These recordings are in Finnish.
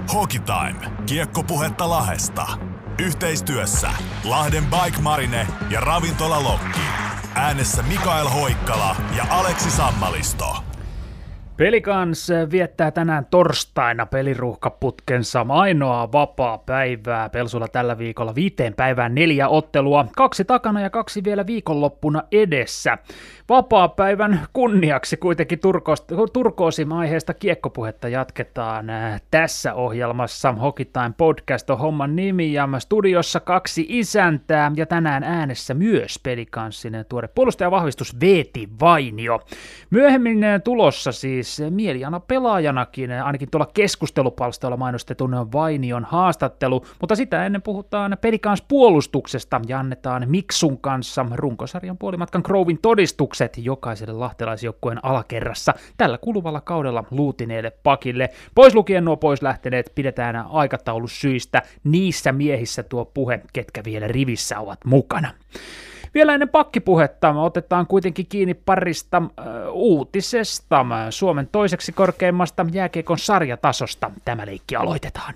Hockey Time. Kiekkopuhetta Lahdesta. Yhteistyössä Lahden Bike Marine ja Ravintola Lokki. Äänessä Mikael Hoikkala ja Aleksi Sammalisto. Pelicans viettää tänään torstaina peliruuhkaputkensa ainoaa vapaa päivää. Pelsulla tällä viikolla 5 päivään 4 ottelua, 2 takana ja 2 vielä viikonloppuna edessä. Vapaapäivän kunniaksi kuitenkin turkoosin aiheesta kiekkopuhetta jatketaan tässä ohjelmassa. Hockey Time Podcast on homman nimi ja studiossa 2 isäntää ja tänään äänessä myös Pelicansin tuore puolustajavahvistus Veeti Vainio. Myöhemmin tulossa siis mieliana pelaajanakin, ainakin tuolla keskustelupalstoilla mainostetun Vainion haastattelu, mutta sitä ennen puhutaan Pelicans puolustuksesta ja annetaan Miksun kanssa runkosarjan puolimatkan Grovin todistukset jokaiselle lahtelaisjoukkueen alakerrassa tällä kuluvalla kaudella luutineelle pakille. Pois lukien nuo pois lähteneet pidetään aikataulusyistä niissä miehissä tuo puhe, ketkä vielä rivissä ovat mukana. Vielä ennen pakkipuhetta otetaan kuitenkin kiinni parista uutisesta. Suomen toiseksi korkeimmasta jääkiekon sarjatasosta tämä leikki aloitetaan.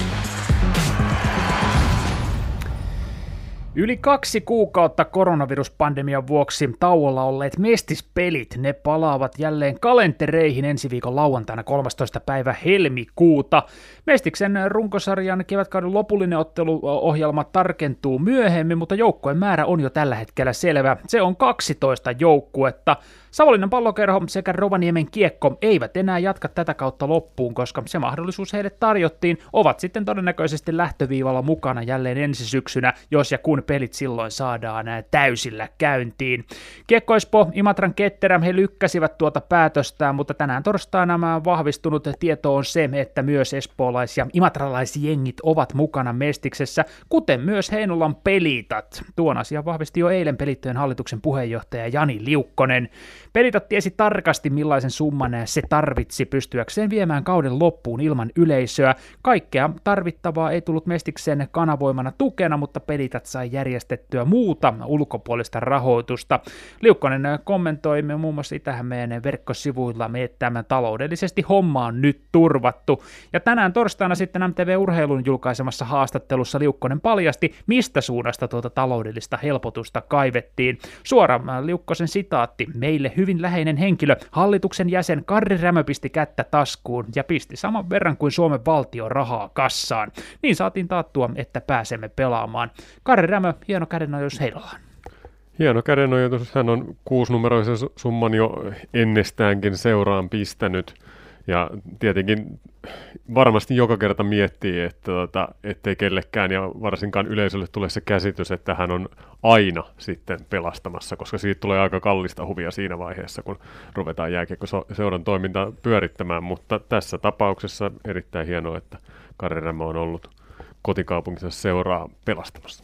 Yli 2 kuukautta koronaviruspandemian vuoksi tauolla olleet mestispelit, ne palaavat jälleen kalentereihin ensi viikon lauantaina 13. päivä helmikuuta. Mestiksen runkosarjan kevätkauden lopullinen otteluohjelma tarkentuu myöhemmin, mutta joukkojen määrä on jo tällä hetkellä selvä. Se on 12 joukkuetta. Savonlinnan Pallokerho sekä Rovaniemen Kiekko eivät enää jatka tätä kautta loppuun, koska se mahdollisuus heille tarjottiin, ovat sitten todennäköisesti lähtöviivalla mukana jälleen ensi syksynä, jos ja kun pelit silloin saadaan täysillä käyntiin. Kiekko Espoo, Imatran Ketterä, he lykkäsivät tuota päätöstään, mutta tänään torstaina vahvistunut tieto on se, että myös espoolais- ja imatralaisjengit ovat mukana Mestiksessä, kuten myös Heinolan Pelitat. Tuon asian vahvisti jo eilen Pelittojen hallituksen puheenjohtaja Jani Liukkonen. Pelitat tiesi tarkasti, millaisen summan se tarvitsi pystyäkseen viemään kauden loppuun ilman yleisöä. Kaikkea tarvittavaa ei tullut Mestiksen kanavoimana tukena, mutta Pelitat sai järjestettyä muuta ulkopuolista rahoitusta. Liukkonen kommentoi muun muassa Itä-Hämeen verkkosivuilla, että tämä taloudellisesti homma on nyt turvattu. Ja tänään torstaina sitten MTV Urheilun julkaisemassa haastattelussa Liukkonen paljasti, mistä suunnasta tuota taloudellista helpotusta kaivettiin. Suora Liukkosen sitaatti: meille hyvin läheinen henkilö, hallituksen jäsen Karri Rämö pisti kättä taskuun ja pisti saman verran kuin Suomen valtio rahaa kassaan. Niin saatiin taattua, että pääsemme pelaamaan. Karri Rämö, hieno kädenojennus Heinolaan. Hieno kädenojennus. Hän on 6-numeroisen summan jo ennestäänkin seuraan pistänyt. Ja tietenkin varmasti joka kerta miettii, että ettei kellekään ja varsinkaan yleisölle tule se käsitys, että hän on aina sitten pelastamassa, koska siitä tulee aika kallista huvia siinä vaiheessa, kun ruvetaan jääkiekkoseuran toimintaa pyörittämään, mutta tässä tapauksessa erittäin hienoa, että Karri Rämö on ollut kotikaupunkinsa seuraa pelastamassa.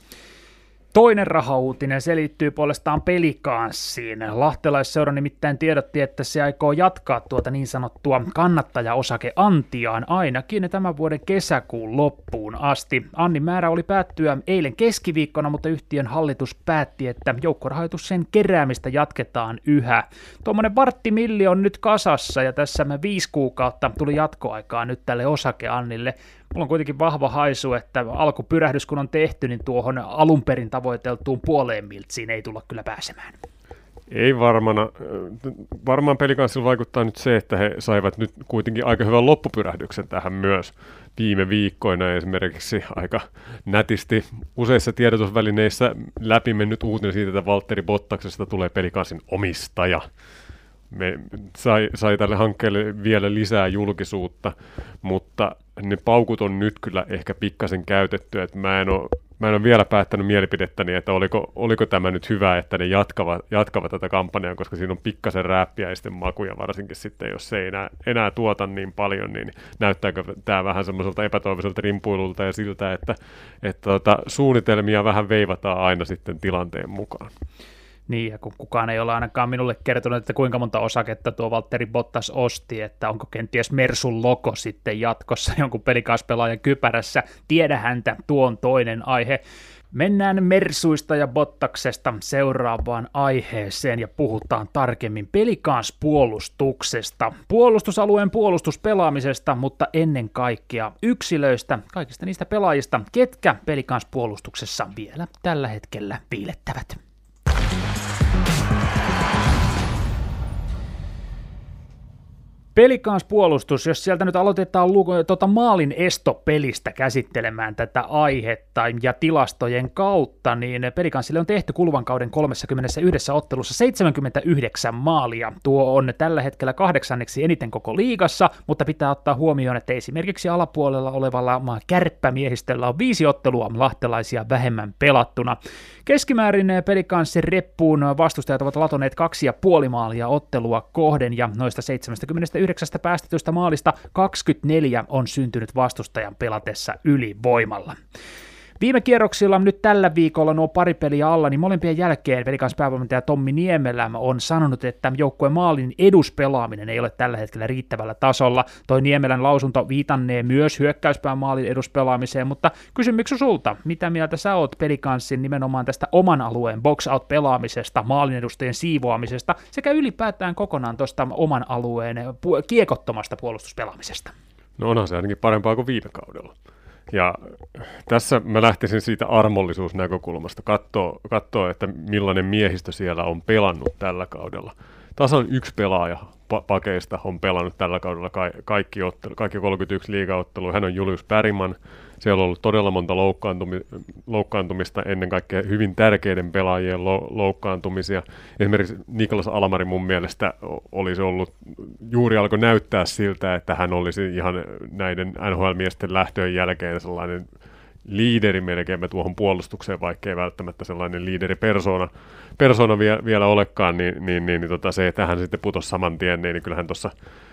Toinen rahauutinen se liittyy puolestaan Pelicansiin. Lahtelaisseura nimittäin tiedotti, että se aikoo jatkaa tuota niin sanottua kannattajaosakeantiaan ainakin tämän vuoden kesäkuun loppuun asti. Annin määrä oli päättyä eilen keskiviikkona, mutta yhtiön hallitus päätti, että joukkorahoitus sen keräämistä jatketaan yhä. Tuommoinen varttimilli on nyt kasassa ja tässä 5 kuukautta tuli jatkoaikaa nyt tälle osakeannille. Mulla on kuitenkin vahva haisu, että alkupyrähdys kun on tehty, niin tuohon alun perin tavoiteltuun puoleen miltsiin ei tulla kyllä pääsemään. Ei varmaan Pelicansilla vaikuttaa nyt se, että he saivat nyt kuitenkin aika hyvän loppupyrähdyksen tähän myös viime viikkoina. Esimerkiksi aika nätisti useissa tiedotusvälineissä läpi mennyt uutinen siitä, että Valtteri Bottaksesta tulee Pelicansin omistaja. Me sai tälle hankkeelle vielä lisää julkisuutta, mutta ne paukut on nyt kyllä ehkä pikkasen käytetty, että mä en ole vielä päättänyt mielipidettäni, että oliko tämä nyt hyvä, että ne jatkavat tätä kampanjaa, koska siinä on pikkasen rääppiäisten makuja, varsinkin sitten, jos se ei enää tuota niin paljon, niin näyttääkö tämä vähän semmoiselta epätoivoiselta rimpuilulta ja siltä, että suunnitelmia vähän veivataan aina sitten tilanteen mukaan. Niin, ja kun kukaan ei ole ainakaan minulle kertonut, että kuinka monta osaketta tuo Valtteri Bottas osti, että onko kenties Mersun logo sitten jatkossa jonkun pelikaaspelaajan kypärässä, tiedä häntä, tuo on toinen aihe. Mennään Mersuista ja Bottaksesta seuraavaan aiheeseen ja puhutaan tarkemmin pelikanspuolustuksesta, puolustusalueen puolustuspelaamisesta, mutta ennen kaikkea yksilöistä, kaikista niistä pelaajista, ketkä pelikanspuolustuksessa vielä tällä hetkellä piilettävät. Pelikanspuolustus, jos sieltä nyt aloitetaan maalin estopelistä käsittelemään tätä aihetta ja tilastojen kautta, niin Pelikansille on tehty kuluvan kauden 31 ottelussa 79 maalia. Tuo on tällä hetkellä 8. eniten koko liigassa, mutta pitää ottaa huomioon, että esimerkiksi alapuolella olevalla kärppämiehistöllä on 5 ottelua lahtelaisia vähemmän pelattuna. Keskimäärin Pelikanssin reppuun vastustajat ovat latoneet 2,5 maalia ottelua kohden, ja noista 79 päästetystä maalista 24 on syntynyt vastustajan pelatessa ylivoimalla. Viime kierroksilla nyt tällä viikolla nuo pari peliä alla, niin molempien jälkeen Pelikans päävalmentaja Tommi Niemelä on sanonut, että joukkueen maalin eduspelaaminen ei ole tällä hetkellä riittävällä tasolla. Toi Niemelän lausunto viitannee myös hyökkäyspään maalin eduspelaamiseen, mutta kysymykseni sulta, mitä mieltä sä oot Pelikanssin nimenomaan tästä oman alueen box-out-pelaamisesta, maalin edustajien siivoamisesta sekä ylipäätään kokonaan tuosta oman alueen kiekottomasta puolustuspelaamisesta? No onhan se ainakin parempaa kuin viime kaudella. Ja tässä mä lähtisin siitä armollisuusnäkökulmasta, katsoa, että millainen miehistö siellä on pelannut tällä kaudella. Tasan 1 pelaaja pakeista on pelannut tällä kaudella kaikki 31 liigaottelua. Hän on Julius Bergman. Siellä on ollut todella monta loukkaantumista, ennen kaikkea hyvin tärkeiden pelaajien loukkaantumisia. Esimerkiksi Niklas Almari mun mielestä olisi ollut, juuri alkoi näyttää siltä, että hän olisi ihan näiden NHL-miesten lähtöjen jälkeen sellainen liideri melkein tuohon puolustukseen, vaikka ei välttämättä sellainen liideripersona vielä olekaan, niin se, että hän sitten putosi saman tien, niin kyllähän tuossa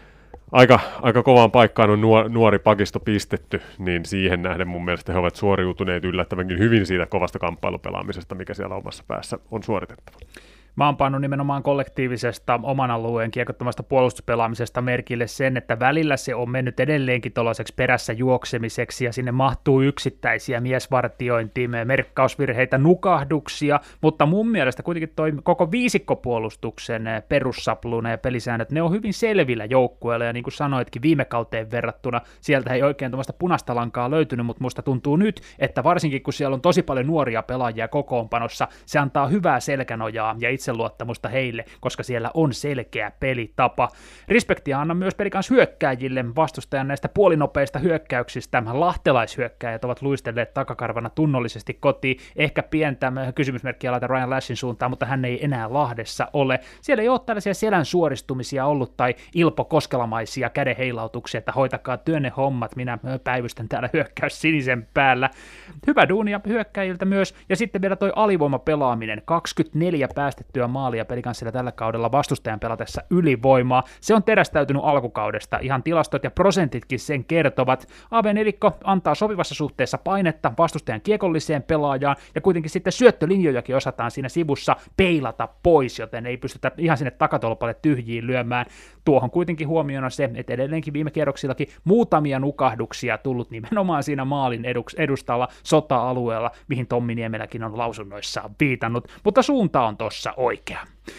aika kovaan paikkaan on nuori pakisto pistetty, niin siihen nähden mun mielestä he ovat suoriutuneet yllättävänkin hyvin siitä kovasta kamppailupelaamisesta, mikä siellä omassa päässä on suoritettava. Mä oon pannut nimenomaan kollektiivisesta oman alueen kiekottomasta puolustuspelaamisesta merkille sen, että välillä se on mennyt edelleenkin tuollaiseksi perässä juoksemiseksi ja sinne mahtuu yksittäisiä miesvartiointiin, merkkausvirheitä, nukahduksia, mutta mun mielestä kuitenkin toi koko viisikkopuolustuksen perussapluuna ja pelisäännöt, ne on hyvin selvillä joukkueilla ja niin kuin sanoitkin viime kauteen verrattuna, sieltä ei oikein tuommoista punaista lankaa löytynyt, mutta musta tuntuu nyt, että varsinkin kun siellä on tosi paljon nuoria pelaajia kokoonpanossa, se antaa hyvää selkänojaa ja itseluottamusta heille, koska siellä on selkeä pelitapa. Respektiä annan myös Pelikans hyökkääjille, vastustajan näistä puolinopeista hyökkäyksistä. Lahtelaishyökkääjät ovat luistelleet takakarvana tunnollisesti kotiin, ehkä pientä kysymysmerkkiä laita Ryan Lashin suuntaan, mutta hän ei enää Lahdessa ole. Siellä ei ole tällaisia selän suoristumisia ollut tai Ilpo Koskelamaisia kädenheilautuksia, että hoitakaa työnne hommat, minä päivystän täällä hyökkäys sinisen päällä. Hyvä duunia hyökkääjiltä myös, ja sitten vielä toi alivoimapelaaminen, 24 päästettyä maalia Pelikanssilla tällä kaudella vastustajan pelatessa ylivoimaa. Se on terästäytynyt alkukaudesta. Ihan tilastot ja prosentitkin sen kertovat. AB4 antaa sopivassa suhteessa painetta vastustajan kiekolliseen pelaajaan, ja kuitenkin sitten syöttölinjojakin osataan siinä sivussa peilata pois, joten ei pystytä ihan sinne takatolpalle tyhjiin lyömään. Tuohon kuitenkin huomiona se, että edelleenkin viime kierroksillakin muutamia nukahduksia tullut nimenomaan siinä maalin edustalla sota-alueella, mihin Tommi Niemeläkin on lausunnoissaan viitannut, mutta suunta on tossa oikea.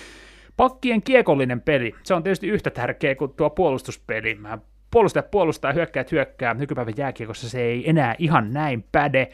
Pakkien kiekollinen peli, se on tietysti yhtä tärkeä kuin tuo puolustuspeli. Puolustajat puolustaa, hyökkäät hyökkää, nykypäivän jääkiekossa se ei enää ihan näin päde.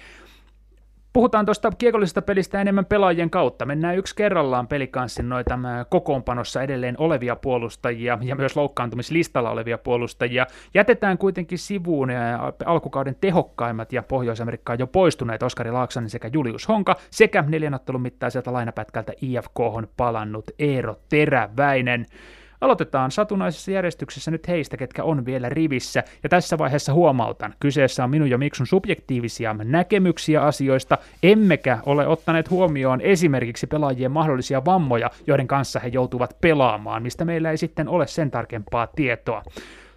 Puhutaan tuosta kiekollisesta pelistä enemmän pelaajien kautta. Mennään yksi kerrallaan Pelikanssin noita kokoonpanossa edelleen olevia puolustajia ja myös loukkaantumislistalla olevia puolustajia. Jätetään kuitenkin sivuun alkukauden tehokkaimmat ja Pohjois-Amerikkaan jo poistuneet Oskari Laaksonen sekä Julius Honka sekä 4 ottelun mittaiselta lainapätkältä IFK:hon palannut Eero Teräväinen. Aloitetaan satunnaisessa järjestyksessä nyt heistä, ketkä on vielä rivissä, ja tässä vaiheessa huomautan, kyseessä on minun ja Miksun subjektiivisia näkemyksiä asioista, emmekä ole ottaneet huomioon esimerkiksi pelaajien mahdollisia vammoja, joiden kanssa he joutuvat pelaamaan, mistä meillä ei sitten ole sen tarkempaa tietoa.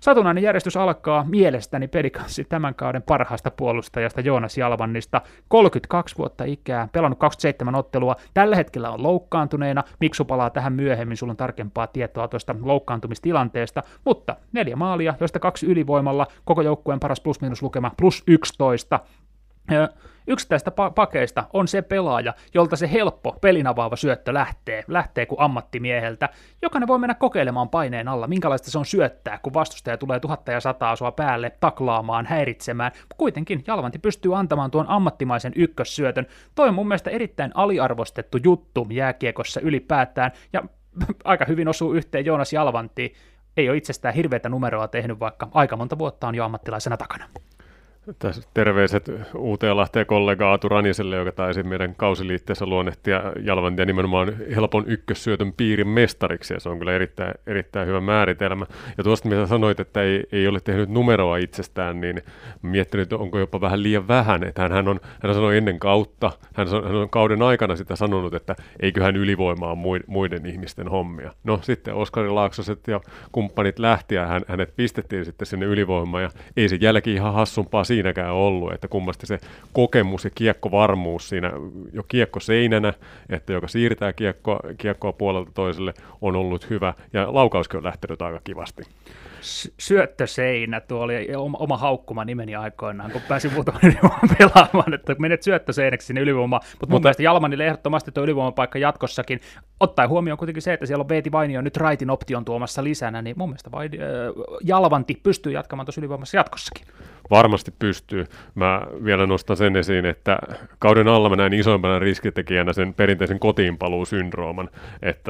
Satunnainen järjestys alkaa mielestäni Pelicansin tämän kauden parhaasta puolustajasta Joonas Jalvannista. 32 vuotta ikää, pelannut 27 ottelua, tällä hetkellä on loukkaantuneena. Miksu palaa tähän myöhemmin, sulla on tarkempaa tietoa tuosta loukkaantumistilanteesta, mutta 4 maalia, joista 2 ylivoimalla, koko joukkueen paras plus-miinuslukema +11. Yksittäistä pakeista on se pelaaja, jolta se helppo pelinavaava syöttö lähtee kuin ammattimieheltä. Jokainen voi mennä kokeilemaan paineen alla, minkälaista se on syöttää, kun vastustaja tulee 1100 sua päälle, taklaamaan, häiritsemään. Kuitenkin Jalvanti pystyy antamaan tuon ammattimaisen ykkössyötön. Toi on mun mielestä erittäin aliarvostettu juttu jääkiekossa ylipäätään, ja aika hyvin osuu yhteen Joonas Jalvantiin. Ei ole itsestään hirveätä numeroa tehnyt, vaikka aika monta vuotta on jo ammattilaisena takana. Tässä terveiset UT-Lahteen kollega Aatu Raniselle, joka taisi meidän kausiliitteessä luonnehtia Jalvantia nimenomaan helpon ykkössyötön piirin mestariksi, ja se on kyllä erittäin hyvä määritelmä. Ja tuosta, mitä sanoit, että ei ole tehnyt numeroa itsestään, niin miettinyt, että onko jopa vähän liian vähän. Että hän sanoi ennen kautta, hän on kauden aikana sitä sanonut, että eiköhän ylivoimaa muiden ihmisten hommia. No sitten Oskari Laaksoset ja kumppanit lähti, ja hänet pistettiin sitten sinne ylivoimaan, ja ei se jälki ihan hassumpaa siinäkään ollut, että kummasti se kokemus ja kiekkovarmuus siinä jo kiekkoseinänä, että joka siirtää kiekkoa puolelta toiselle, on ollut hyvä, ja laukauskin on lähtenyt aika kivasti. Syöttöseinä, tuo oli oma haukkuma nimeni aikoinaan, kun pääsin muutaman ylivoiman pelaamaan, että menet syöttöseinäksi sinne ylivoimaan, mutta mun mielestä Jalmanille ehdottomasti tuo ylivoimapaikka jatkossakin, ottaen huomioon kuitenkin se, että siellä on Veeti Vainio nyt Raitin option tuomassa lisänä, niin mun mielestä Jalvanti pystyy jatkamaan tuossa ylivoimassa jatkossakin. Varmasti pystyy. Mä vielä nostan sen esiin, että kauden alla mä näin isoimpana riskitekijänä sen perinteisen kotiinpaluusyndrooman, että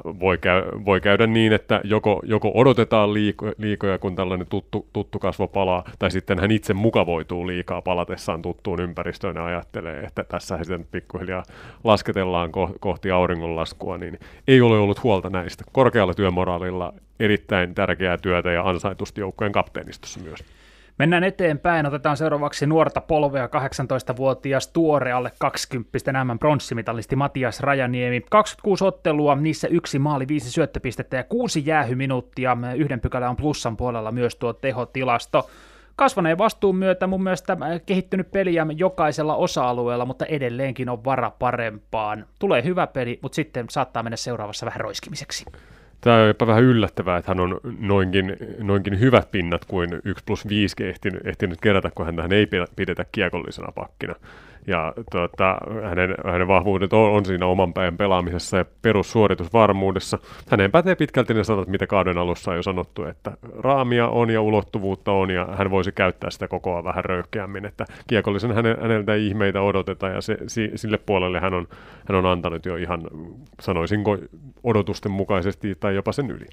voi käydä niin, että joko odotetaan liikoja, kun tällainen tuttu kasvo palaa, tai sitten hän itse mukavoituu liikaa palatessaan tuttuun ympäristöön ja ajattelee, että tässä sitten pikkuhiljaa lasketellaan kohti auringonlaskua, niin ei ole ollut huolta näistä. Korkealla työmoraalilla erittäin tärkeää työtä ja ansaitusti joukkueen kapteenistossa myös. Mennään eteenpäin, otetaan seuraavaksi nuorta polvea, 18-vuotias tuore alle 20 MM-pronssimitalisti Matias Rajaniemi. 26 ottelua, niissä 1 maali, 5 syöttöpistettä ja 6 jäähyminuuttia. 1 pykälä on plussan puolella myös tuo tehotilasto. Kasvaneen vastuun myötä mun mielestä kehittynyt peliä jokaisella osa-alueella, mutta edelleenkin on vara parempaan. Tulee hyvä peli, mutta sitten saattaa mennä seuraavassa vähän roiskimiseksi. Tämä on jopa vähän yllättävää, että hän on noinkin hyvät pinnat kuin 1+5 ehtinyt kerätä, kun hän ei pidetä kiekollisena pakkina. Ja hänen vahvuudet on siinä oman päin pelaamisessa ja perussuoritusvarmuudessa. Häneen pätee pitkälti ne sanat, mitä kauden alussa on jo sanottu, että raamia on ja ulottuvuutta on, ja hän voisi käyttää sitä kokoa vähän röyhkeämmin, että kiekollisen häneltä ei ihmeitä odoteta, ja sille puolelle hän on antanut jo ihan, sanoisinko, odotusten mukaisesti tai jopa sen yli.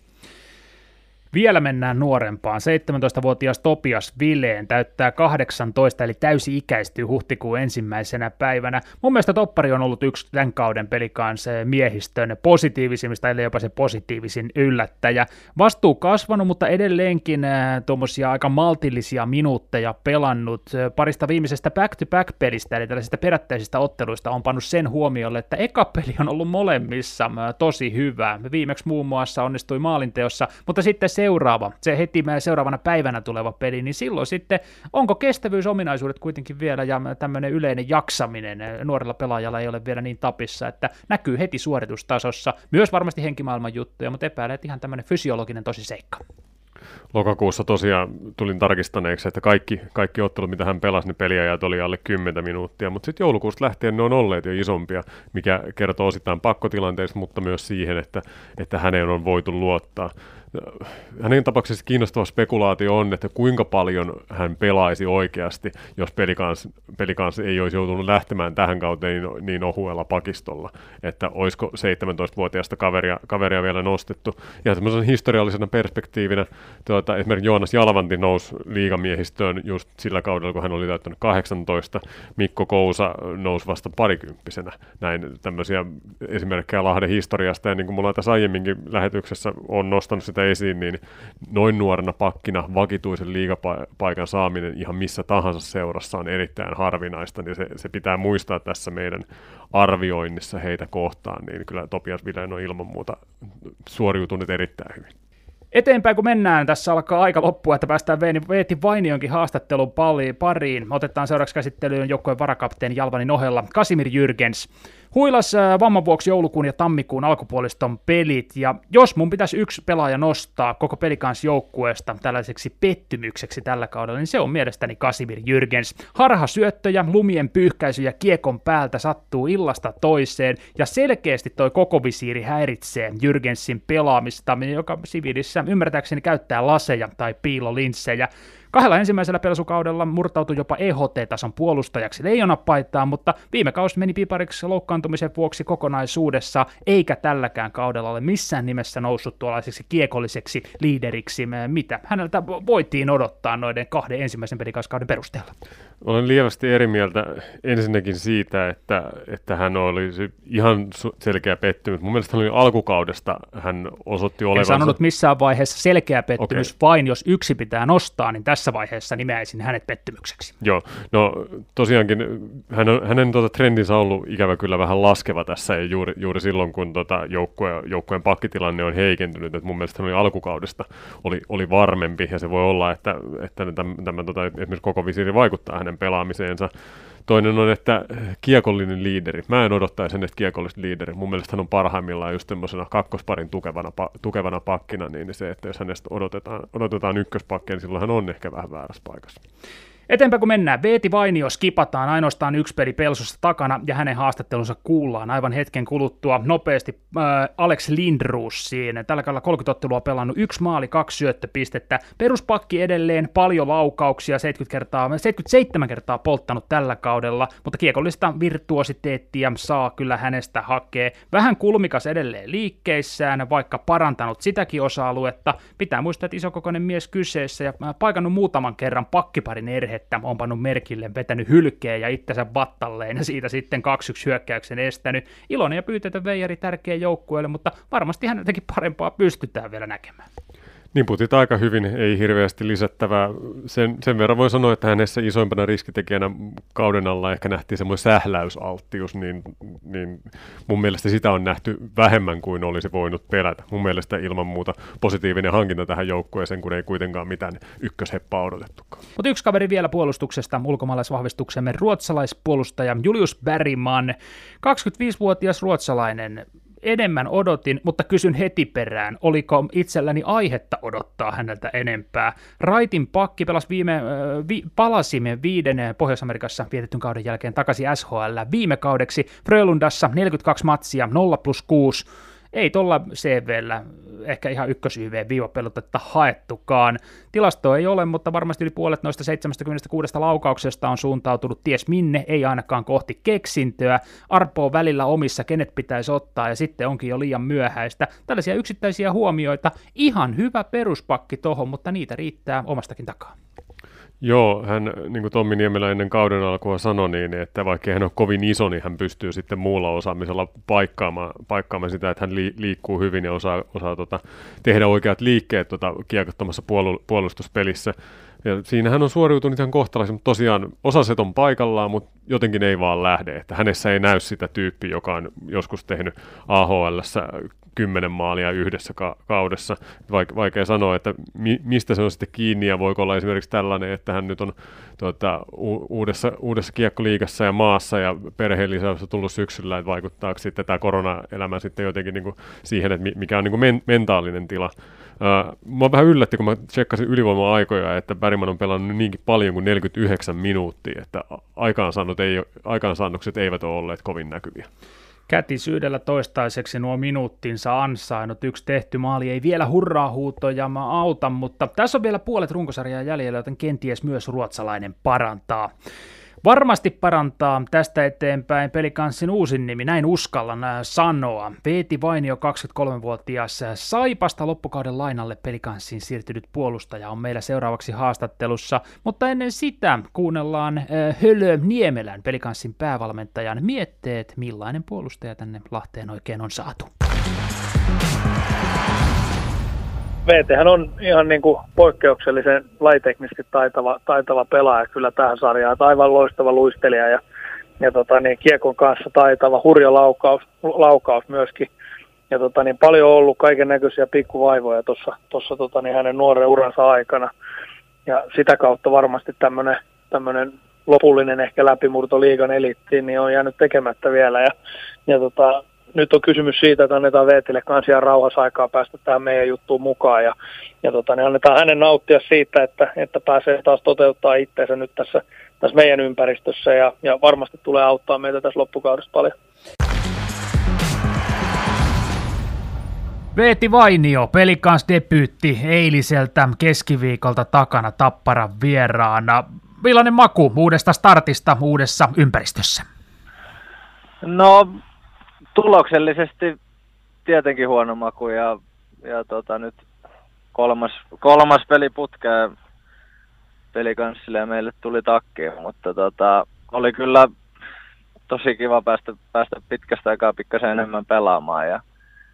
Vielä mennään nuorempaan. 17-vuotias Topias Vileen täyttää 18, eli täysi-ikäistyy huhtikuun 1. päivänä. Mun mielestä toppari on ollut yksi tämän kauden Pelicansin miehistön positiivisimmista, ellei jopa se positiivisin yllättäjä. Vastuu kasvanut, mutta edelleenkin tuommoisia aika maltillisia minuutteja pelannut. Parista viimeisestä back-to-back-pelistä, eli tällaisista perättäisistä otteluista on pannut sen huomiolle, että eka peli on ollut molemmissa tosi hyvä. Viimeksi muun muassa onnistui maalinteossa, mutta sitten se heti seuraavana päivänä tuleva peli, niin silloin sitten onko kestävyysominaisuudet kuitenkin vielä ja tämmöinen yleinen jaksaminen nuorella pelaajalla ei ole vielä niin tapissa, että näkyy heti suoritustasossa, myös varmasti henkimaailman juttuja, mutta epäilen, että ihan tämmöinen fysiologinen tosi seikka. Lokakuussa tosiaan tulin tarkistaneeksi, että kaikki ottelut, mitä hän pelasi, ne peliajat oli alle 10 minuuttia, mutta sitten joulukuusta lähtien ne on olleet jo isompia, mikä kertoo osittain pakkotilanteista, mutta myös siihen, että häneen on voitu luottaa. Hänen tapauksessa kiinnostava spekulaatio on, että kuinka paljon hän pelaisi oikeasti, jos Pelicans ei olisi joutunut lähtemään tähän kauteen niin ohuella pakistolla, että olisiko 17-vuotiaasta kaveria vielä nostettu. Ja tämmöisen historiallisena perspektiivinä esimerkiksi Joonas Jalvanti nousi liigamiehistöön just sillä kaudella, kun hän oli täyttänyt 18, Mikko Kousa nousi vasta parikymppisenä. Näin tämmöisiä esimerkkejä Lahden historiasta, ja niin kuin mulla tässä aiemminkin lähetyksessä on nostanut sitä esiin, niin noin nuorena pakkina vakituisen liigapaikan saaminen ihan missä tahansa seurassa on erittäin harvinaista, niin se pitää muistaa tässä meidän arvioinnissa heitä kohtaan, niin kyllä Topias Vileen on ilman muuta suoriutunut erittäin hyvin. Eteenpäin kun mennään, tässä alkaa aika loppua, että päästään Veeti Vainionkin haastattelun pariin. Otetaan seuraavaksi käsittelyyn joukkueen varakapteeni Jalvanin ohella Kasimir Jürgens. Huilas vamman vuoksi joulukuun ja tammikuun alkupuoliston pelit, ja jos mun pitäisi yksi pelaaja nostaa koko pelikansjoukkueesta tällaiseksi pettymykseksi tällä kaudella, niin se on mielestäni Kasimir Jürgens. Harhasyöttöjä, lumien pyyhkäisyjä kiekon päältä sattuu illasta toiseen, ja selkeästi toi koko visiiri häiritsee Jürgensin pelaamista, joka siviilissä ymmärtääkseni käyttää laseja tai piilolinssejä. 2 ensimmäisellä pelasukaudella murtautui jopa EHT-tason puolustajaksi leijonapaitaan, mutta viime kausi meni pipariksi loukkaantumisen vuoksi kokonaisuudessa, eikä tälläkään kaudella ole missään nimessä noussut tuollaiseksi kiekolliseksi liideriksi, mitä häneltä voitiin odottaa noiden 2 ensimmäisen pelikauskauden perusteella. Olen lievästi eri mieltä ensinnäkin siitä, että hän olisi ihan selkeä pettymys. Mun mielestä hän oli alkukaudesta, hän osoitti olevansa... En sanonut missään vaiheessa selkeä pettymys, okay. Vain jos yksi pitää nostaa, niin tässä vaiheessa nimeäisin hänet pettymykseksi. Joo, no tosiaankin hänen trendinsä on ollut ikävä kyllä vähän laskeva tässä, ja juuri silloin, kun joukkueen pakkitilanne on heikentynyt, että mun mielestä hän oli alkukaudesta oli varmempi, ja se voi olla, että tämä esimerkiksi koko visiiri vaikuttaa hänen pelaamiseensa. Toinen on, että kiekollinen liideri. Mä en odottaisi hänestä kiekollista liideri. Mun mielestä hän on parhaimmillaan just semmoisena kakkosparin tukevana pakkina, niin se, että jos hänestä odotetaan ykköspakkia, niin silloin hän on ehkä vähän väärässä paikassa. Eteenpäin kun mennään, Veeti Vainio skipataan ainoastaan yksi peli Pelsussa takana ja hänen haastattelunsa kuullaan aivan hetken kuluttua nopeasti Alex Lindroosiin. Tällä kaudella 30 ottelua pelannut, 1 maali, 2 syöttöpistettä. Peruspakki edelleen, paljon laukauksia, 77 kertaa polttanut tällä kaudella, mutta kiekollista virtuositeettia saa kyllä hänestä hakea. Vähän kulmikas edelleen liikkeissään, vaikka parantanut sitäkin osa-aluetta. Pitää muistaa, että isokokoinen mies kyseessä ja paikannut muutaman kerran pakkiparin erhe, että on pannut merkille, vetänyt hylkeen ja itsensä vattalleen ja siitä sitten 2-1 hyökkäyksen estänyt. Iloinen ja pyytetön veijari tärkeä joukkueelle, mutta varmasti häneltäkin parempaa pystytään vielä näkemään. Niin putit aika hyvin, ei hirveästi lisättävää. Sen verran voi sanoa, että hänessä isoimpana riskitekijänä kauden alla ehkä nähtiin semmoinen sähläysalttius, niin mun mielestä sitä on nähty vähemmän kuin olisi voinut pelätä. Mun mielestä ilman muuta positiivinen hankinta tähän joukkueeseen, kun ei kuitenkaan mitään ykkösheppaa odotettukaan. Mutta yksi kaveri vielä puolustuksesta, ulkomaalaisvahvistuksemme ruotsalaispuolustaja Julius Bergman, 25-vuotias ruotsalainen. Enemmän odotin, mutta kysyn heti perään, oliko itselläni aihetta odottaa häneltä enempää. Raitin pakki palasimme 5 Pohjois-Amerikassa vietetyn kauden jälkeen takaisin SHL viime kaudeksi. Frölundassa 42 matsia, 0+6. Ei tuolla CV:llä ehkä ihan ykkös-YV-viivapelotetta haettukaan. Tilastoa ei ole, mutta varmasti yli puolet noista 76 laukauksesta on suuntautunut ties minne, ei ainakaan kohti keksintöä. Arpoo välillä omissa, kenet pitäisi ottaa, ja sitten onkin jo liian myöhäistä. Tällaisia yksittäisiä huomioita. Ihan hyvä peruspakki tohon, mutta niitä riittää omastakin takaa. Joo, hän, niin kuin Tommi Niemelä ennen kauden alkua sanoi, niin, että vaikka hän on kovin iso, niin hän pystyy sitten muulla osaamisella paikkaamaan sitä, että hän liikkuu hyvin ja osaa tehdä oikeat liikkeet kiekottomassa puolustuspelissä. Ja siinä hän on suoriutunut ihan kohtalaisen, mutta tosiaan osaset on paikallaan, mutta jotenkin ei vaan lähde. Että hänessä ei näy sitä tyyppiä, joka on joskus tehnyt AHL:ssä 10 maalia yhdessä kaudessa. Vaikea sanoa, että mistä se on sitten kiinni, ja voiko olla esimerkiksi tällainen, että hän nyt on uudessa kiekkoliigassa ja maassa ja perheenlisäys on tullut syksyllä, että vaikuttaako sitten tämä koronaelämä sitten jotenkin niin kuin siihen, että mikä on niin kuin mentaalinen tila. Mä vähän yllätti, kun mä tsekkasin ylivoima-aikoja, että Bergman on pelannut niinkin paljon kuin 49 minuuttia, että aikaansaannokset eivät ole olleet kovin näkyviä. Kätisyydellä toistaiseksi nuo minuuttinsa ansainnut. 1 tehty maali ei vielä hurraa-huutoja auta, mutta tässä on vielä puolet runkosarjaa jäljellä, joten kenties myös ruotsalainen parantaa. Varmasti parantaa tästä eteenpäin Pelikanssin uusin nimi, näin uskallan sanoa. Veeti Vainio, 23-vuotias Saipasta loppukauden lainalle Pelikanssiin siirtynyt puolustaja on meillä seuraavaksi haastattelussa, mutta ennen sitä kuunnellaan Hölö Niemelän, Pelikanssin päävalmentajan mietteet, millainen puolustaja tänne Lahteen oikein on saatu. VT:hän on ihan niin kuin poikkeuksellisen lajiteknisesti taitava pelaaja kyllä tähän sarjaan. Aivan loistava luistelija ja kiekon kanssa taitava, hurja laukaus myöskin. niin paljon on ollut kaiken näköisiä pikkuvaivoja tuossa hänen nuoren uransa aikana. Ja sitä kautta varmasti tämmöinen lopullinen ehkä läpimurto liigan eliittiin niin on jäänyt tekemättä vielä. Ja nyt on kysymys siitä, että annetaan Veetille kans ihan rauhassa aikaa päästä tähän meidän juttuun mukaan. Ja niin annetaan hänen nauttia siitä, että pääsee taas toteuttaa itseensä nyt tässä meidän ympäristössä. Ja varmasti tulee auttaa meitä tässä loppukaudessa paljon. Veeti Vainio, Pelikans debyytti eiliseltä keskiviikolta takana Tapparan vieraana. Millainen maku uudesta startista uudessa ympäristössä? No tuloksellisesti tietenkin huono maku ja nyt kolmas peli putkeen Pelikanssille ja meille tuli takkiin, mutta oli kyllä tosi kiva päästä pitkästä aikaa pikkasen enemmän pelaamaan ja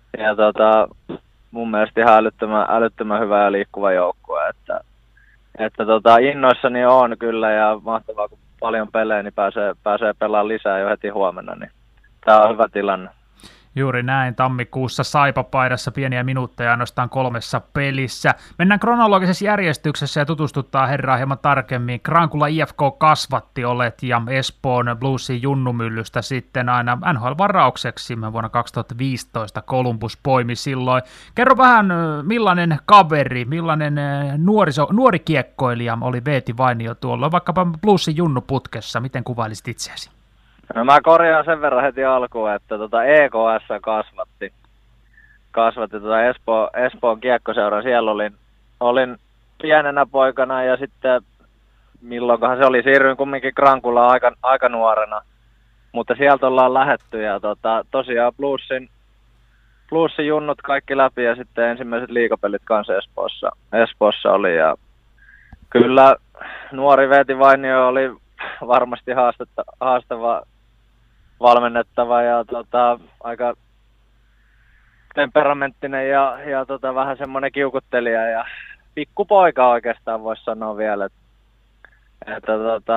mun mielestä ihan älyttömän hyvä ja liikkuva joukkue, että innoissani on kyllä ja mahtavaa kun paljon pelejä, niin pääsee pelaamaan lisää jo heti huomenna, niin tää on hyvä tilanne. Juuri näin, tammikuussa Saipa-paidassa pieniä minuutteja ainoastaan 3 pelissä. Mennään kronologisessa järjestyksessä ja tutustuttaa herraa hieman tarkemmin. Krankula IFK kasvatti olet ja Espoon Bluesin Junnumyllystä sitten aina NHL-varaukseksi vuonna 2015 Columbus poimi silloin. Kerro vähän, millainen kaveri, millainen nuori kiekkoilija oli Veeti Vainio tuolla, vaikkapa Bluesin Junnuputkessa. Miten kuvailisit itseäsi? No mä korjaan sen verran heti alkuun, että EKS kasvatti Espoon kiekkoseura. Siellä olin pienenä poikana ja sitten milloinkohan se oli, siirryin kumminkin Krankulaan aika nuorena. Mutta sieltä ollaan lähdetty ja tosiaan Bluesin junnut kaikki läpi ja sitten ensimmäiset liigapelit kanssa Espoossa oli. Ja kyllä nuori Veeti Vainio oli varmasti haastava valmennettava ja aika temperamenttinen ja vähän semmoinen kiukuttelija ja pikkupoika oikeastaan voisi sanoa vielä, että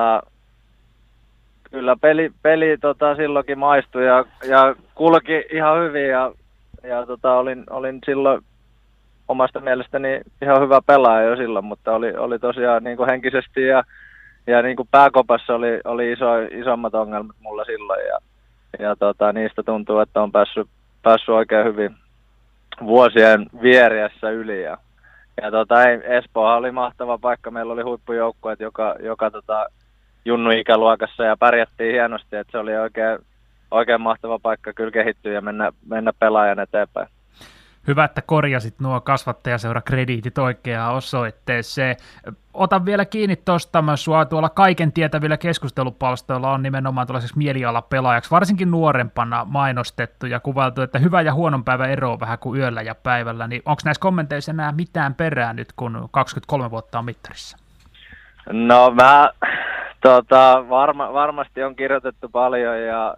kyllä peli silloinkin maistui ja kulki ihan hyvin ja olin silloin omasta mielestäni ihan hyvä pelaaja jo silloin, mutta oli tosiaan niin kuin henkisesti ja niin kuin pääkopassa oli isommat ongelmat mulla silloin ja niistä tuntuu, että on päässyt oikein hyvin vuosien vieriessä yli ja Espoohan oli mahtava paikka, meillä oli huippujoukkueet joka junnu-ikäluokassa ja pärjättiin hienosti, että se oli oikein mahtava paikka kyllä kehittyä ja mennä pelaajan eteenpäin. Hyvä, että korjasit nuo kasvattajaseura-krediitit oikeaan osoitteeseen. Otan vielä kiinni tuosta, sua tuolla kaiken tietävillä keskustelupalstoilla on nimenomaan tällaiseksi mielialapelaajaksi, varsinkin nuorempana mainostettu ja kuvailtu, että hyvä ja huonon päivän ero on vähän kuin yöllä ja päivällä, niin onko näissä kommenteissa enää mitään perää nyt, kun 23 vuotta on mittarissa? No varmasti on kirjoitettu paljon ja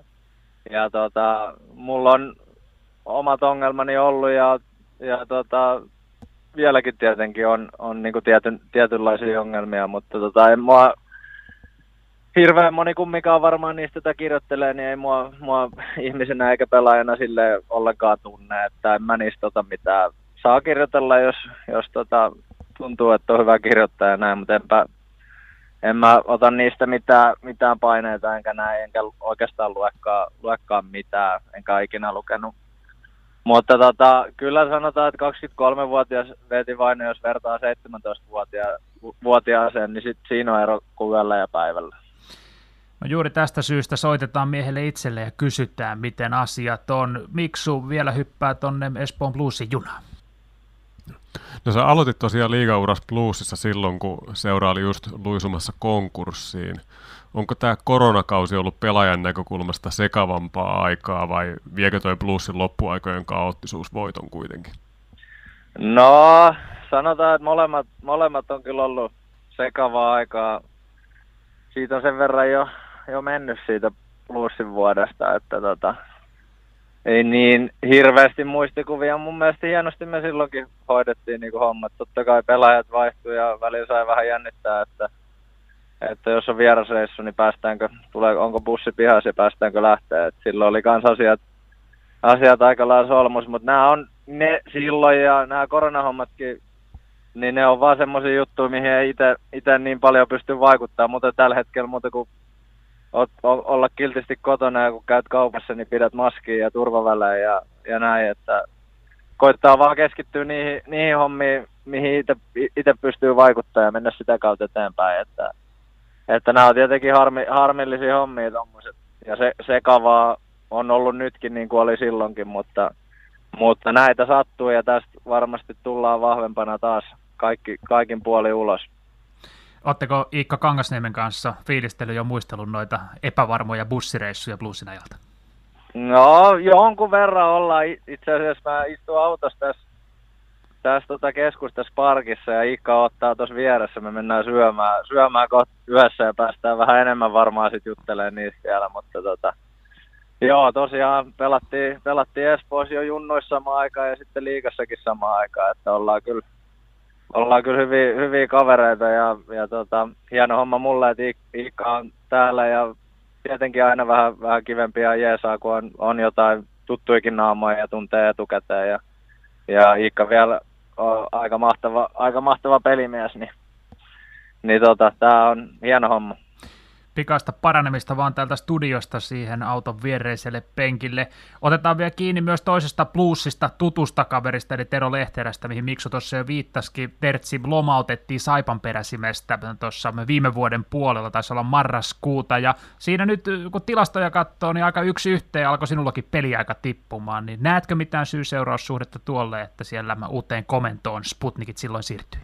mulla on omat ongelmani ollut ja vieläkin tietenkin on niinku tietynlaisia ongelmia, mutta en mua hirveän moni kumminkaan varmaan niistä kirjoittelee, niin ei mua ihmisenä eikä pelaajana sille ollenkaan tunne, että en mä niistä mitään. Saa kirjoitella, jos tuntuu, että on hyvä kirjoittaa ja näin, mutta en mä ota niistä mitään paineita enkä näin, enkä oikeastaan luekaan mitään, enkä ikinä lukenut. Mutta kyllä sanotaan, että 23-vuotias Veeti Vainio, jos vertaa 17-vuotiaaseen, niin siinä on ero kuin yöllä ja päivällä. No juuri tästä syystä soitetaan miehelle itselle ja kysytään, miten asiat on. Miksu vielä hyppää tonne Espoon Bluesin junaan? No sä aloitit tosiaan liigauras Bluesissa silloin, kun seura oli just luisumassa konkurssiin. Onko tämä koronakausi ollut pelaajan näkökulmasta sekavampaa aikaa vai viekö toi Bluesin loppuaikojen kaoottisuus voiton kuitenkin? No, sanotaan, että molemmat on kyllä ollut sekavaa aikaa. Siitä on sen verran jo mennyt siitä Bluesin vuodesta, että ei niin hirveästi muistikuvia. Mun mielestä hienosti me silloinkin hoidettiin niin kuin hommat. Totta kai pelaajat vaihtui ja välillä sai vähän jännittää, että jos on vierasreissu, niin onko bussi pihassa ja päästäänkö lähteä. Et silloin oli kans asiat aika lailla solmus, mutta nämä on ne silloin ja nämä koronahommatkin, niin ne on vaan semmoisia juttuja, mihin ei itse niin paljon pysty vaikuttamaan, mutta tällä hetkellä muuta kuin olla kiltisti kotona ja kun käyt kaupassa, niin pidät maskia ja turvavälejä ja näin, että koittaa vaan keskittyä niihin hommiin, mihin itse pystyy vaikuttamaan ja mennä sitä kautta eteenpäin, että nämä on tietenkin harmillisia hommia tommoset, ja sekavaa on ollut nytkin niin kuin oli silloinkin, mutta näitä sattuu ja tästä varmasti tullaan vahvempana taas kaikin puolin ulos. Oletteko Iikka Kangasniemen kanssa fiilistellyt jo muistelun noita epävarmoja bussireissuja Bluesin ajalta? No, jonkun verran ollaan. Itse asiassa mä istun autossa tässä keskustassa parkissa ja Iikka ottaa tuossa vieressä. Me mennään syömään yhdessä ja päästään vähän enemmän varmaan sit juttelemaan niistä vielä, mutta joo, tosiaan pelattiin Espoossa jo junnoissa samaan aikaan ja sitten liigassakin samaan aikaan, että ollaan kyllä hyviä kavereita ja hieno homma mulle, että Iikka on täällä ja tietenkin aina vähän kivempiä jeesaa, kun on jotain tuttuikin naamoja ja tuntee etukäteen ja Iikka vielä on aika mahtava pelimies, niin tää on hieno homma. Pikaista paranemista vaan täältä studiosta siihen auton viereiselle penkille. Otetaan vielä kiinni myös toisesta Bluesista tutusta kaverista, eli Tero Lehterästä, mihin Miksu tuossa jo viittasikin. Tertsi lomautettiin Saipan peräsimestä tuossa viime vuoden puolella, taisi olla marraskuuta, ja siinä nyt, kun tilastoja katsoo, niin aika yksi yhteen alkoi sinullakin peliaika tippumaan, niin näetkö mitään syy-seuraussuhdetta tuolle, että siellä uuteen komentoon Sputnikit silloin siirtyi?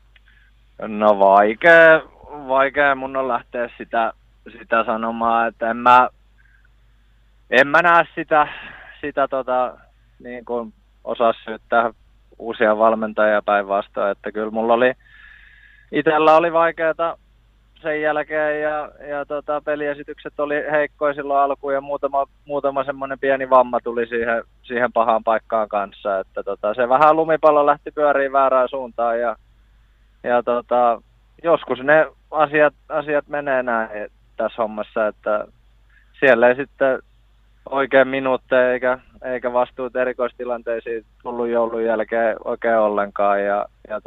No vaikea mun on lähteä sitä sanomaan, että en mä näe sitä niin kuin osaa syyttää uusia valmentajia päinvastoin, että kyllä mulla itsellä oli vaikeata sen jälkeen ja peliesitykset oli heikkoja silloin alkuun ja muutama semmoinen pieni vamma tuli siihen pahaan paikkaan kanssa, että se vähän lumipallo lähti pyöriin väärään suuntaan ja joskus ne asiat menee näin tässä hommassa, että siellä ei sitten oikein minuutteja eikä vastuut erikoistilanteisiin tullut joulun jälkeen oikein ollenkaan. Ja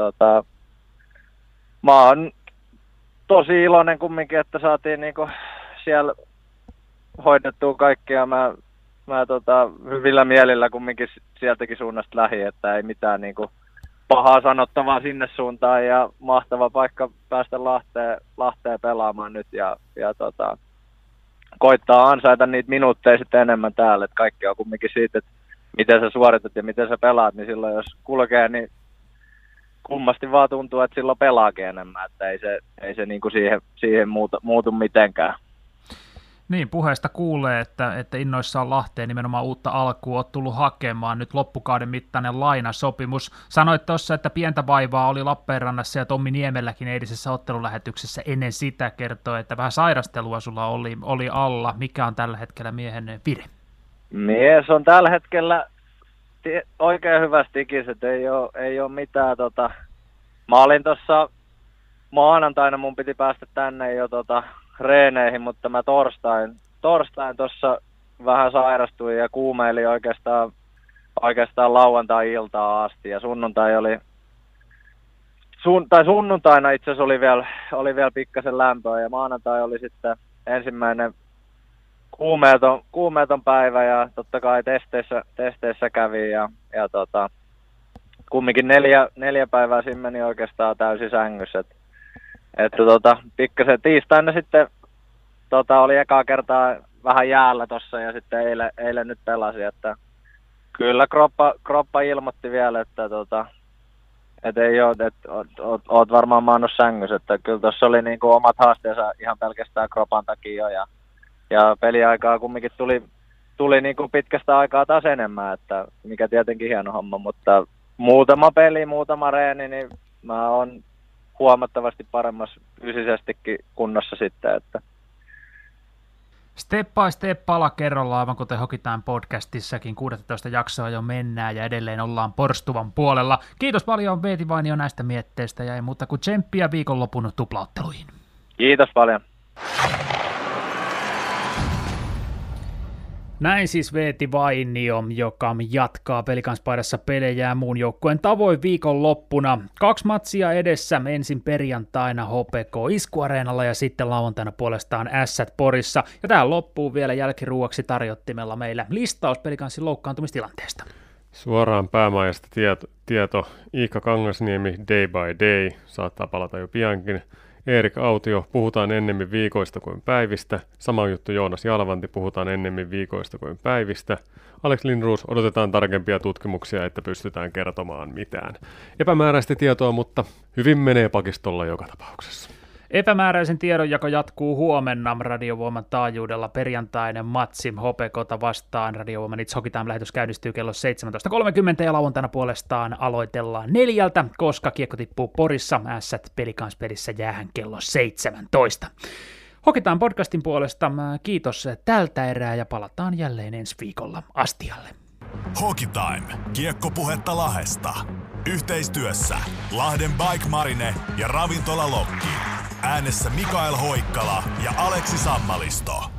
mä oon tosi iloinen kumminkin, että saatiin niinku siellä hoidettua kaikkea. Mä hyvillä mielillä kumminkin sieltäkin suunnasta lähi, että ei mitään niinku pahaa sanottavaa sinne suuntaan ja mahtava paikka päästä Lahteen pelaamaan nyt ja koittaa ansaita niitä minuutteja sitten enemmän täällä, että kaikki on kumminkin siitä, että miten sä suoritat ja miten sä pelaat, niin silloin jos kulkee, niin kummasti vaan tuntuu, että silloin pelaakin enemmän, että ei se niinku siihen muutu mitenkään. Niin, puheesta kuulee, että innoissaan Lahteen nimenomaan uutta alkua olet tullut hakemaan, nyt loppukauden mittainen lainasopimus. Sanoit tuossa, että pientä vaivaa oli Lappeenrannassa ja Tommi Niemelläkin eilisessä ottelulähetyksessä ennen sitä kertoi, että vähän sairastelua sulla oli alla. Mikä on tällä hetkellä miehen vire? Mies on tällä hetkellä oikein hyvästi ikiset, ei ole mitään. Mä olin tuossa maanantaina, mun piti päästä tänne jo reeneihin, mutta mä torstain tuossa vähän sairastuin ja kuumeilin oikeastaan lauantai-iltaan asti ja sunnuntaina itse asiassa oli vielä pikkasen lämpöä ja maanantai oli sitten ensimmäinen kuumeeton päivä ja totta kai testeissä kävi ja kumminkin neljä päivää siinä meni oikeastaan täysin sängyssä. Pikkasen tiistaina sitten oli ekaa kertaa vähän jäällä tossa ja sitten eilen nyt pelasi, että kyllä kroppa ilmoitti vielä, että ei oo, että oot varmaan maannut sängyssä, että kyllä tossa oli niinku omat haasteensa ihan pelkästään kropan takia jo ja peliaikaa kumminkin tuli niinku pitkästä aikaa taas enemmän, että mikä tietenkin hieno homma, mutta muutama peli, muutama reeni, niin mä oon huomattavasti paremmassa fyysisestikin kunnossa sitten, että Step by step, pala kerrallaan, aivan kuten Hokitaan podcastissakin 16 jaksoa jo mennään ja edelleen ollaan Porstuvan puolella. Kiitos paljon Veeti Vainio näistä mietteistä ja ei muuta kuin tsemppiä viikonlopun tuplautteluihin. Kiitos paljon. Näin siis Veeti Vainio, joka jatkaa Pelicanspaidassa pelejään muun joukkueen tavoin viikonloppuna. 2 matsia edessä, ensin perjantaina HPK Iskuareenalla ja sitten lauantaina puolestaan Ässät Porissa. Ja tähän loppuu vielä jälkiruuaksi tarjottimella meillä listaus Pelicansin loukkaantumistilanteesta. Suoraan päämajasta tieto. Iikka Kangasniemi day by day, saattaa palata jo piankin. Erik Autio, puhutaan ennemmin viikoista kuin päivistä. Sama juttu Joonas Jalvanti, puhutaan ennemmin viikoista kuin päivistä. Alex Lindroos, odotetaan tarkempia tutkimuksia, että pystytään kertomaan mitään. Epämääräistä tietoa, mutta hyvin menee pakistolla joka tapauksessa. Epämääräisen tiedonjako jatkuu huomenna Radiovoiman taajuudella perjantainen matsi HPK:ta vastaan. Radiovoiman It's Hockey Time-lähetys käynnistyy kello 17.30 ja lauantaina puolestaan aloitellaan 4, koska kiekko tippuu Porissa. Ässät Pelicanspelissä jäähän kello 17. Hockey Time podcastin puolesta kiitos tältä erää ja palataan jälleen ensi viikolla astialle. Hockey Time. Kiekkopuhetta Lahdesta. Yhteistyössä Lahden Bike Marine ja Ravintola Lokki. Äänessä Mikael Hoikkala ja Aleksi Sammalisto.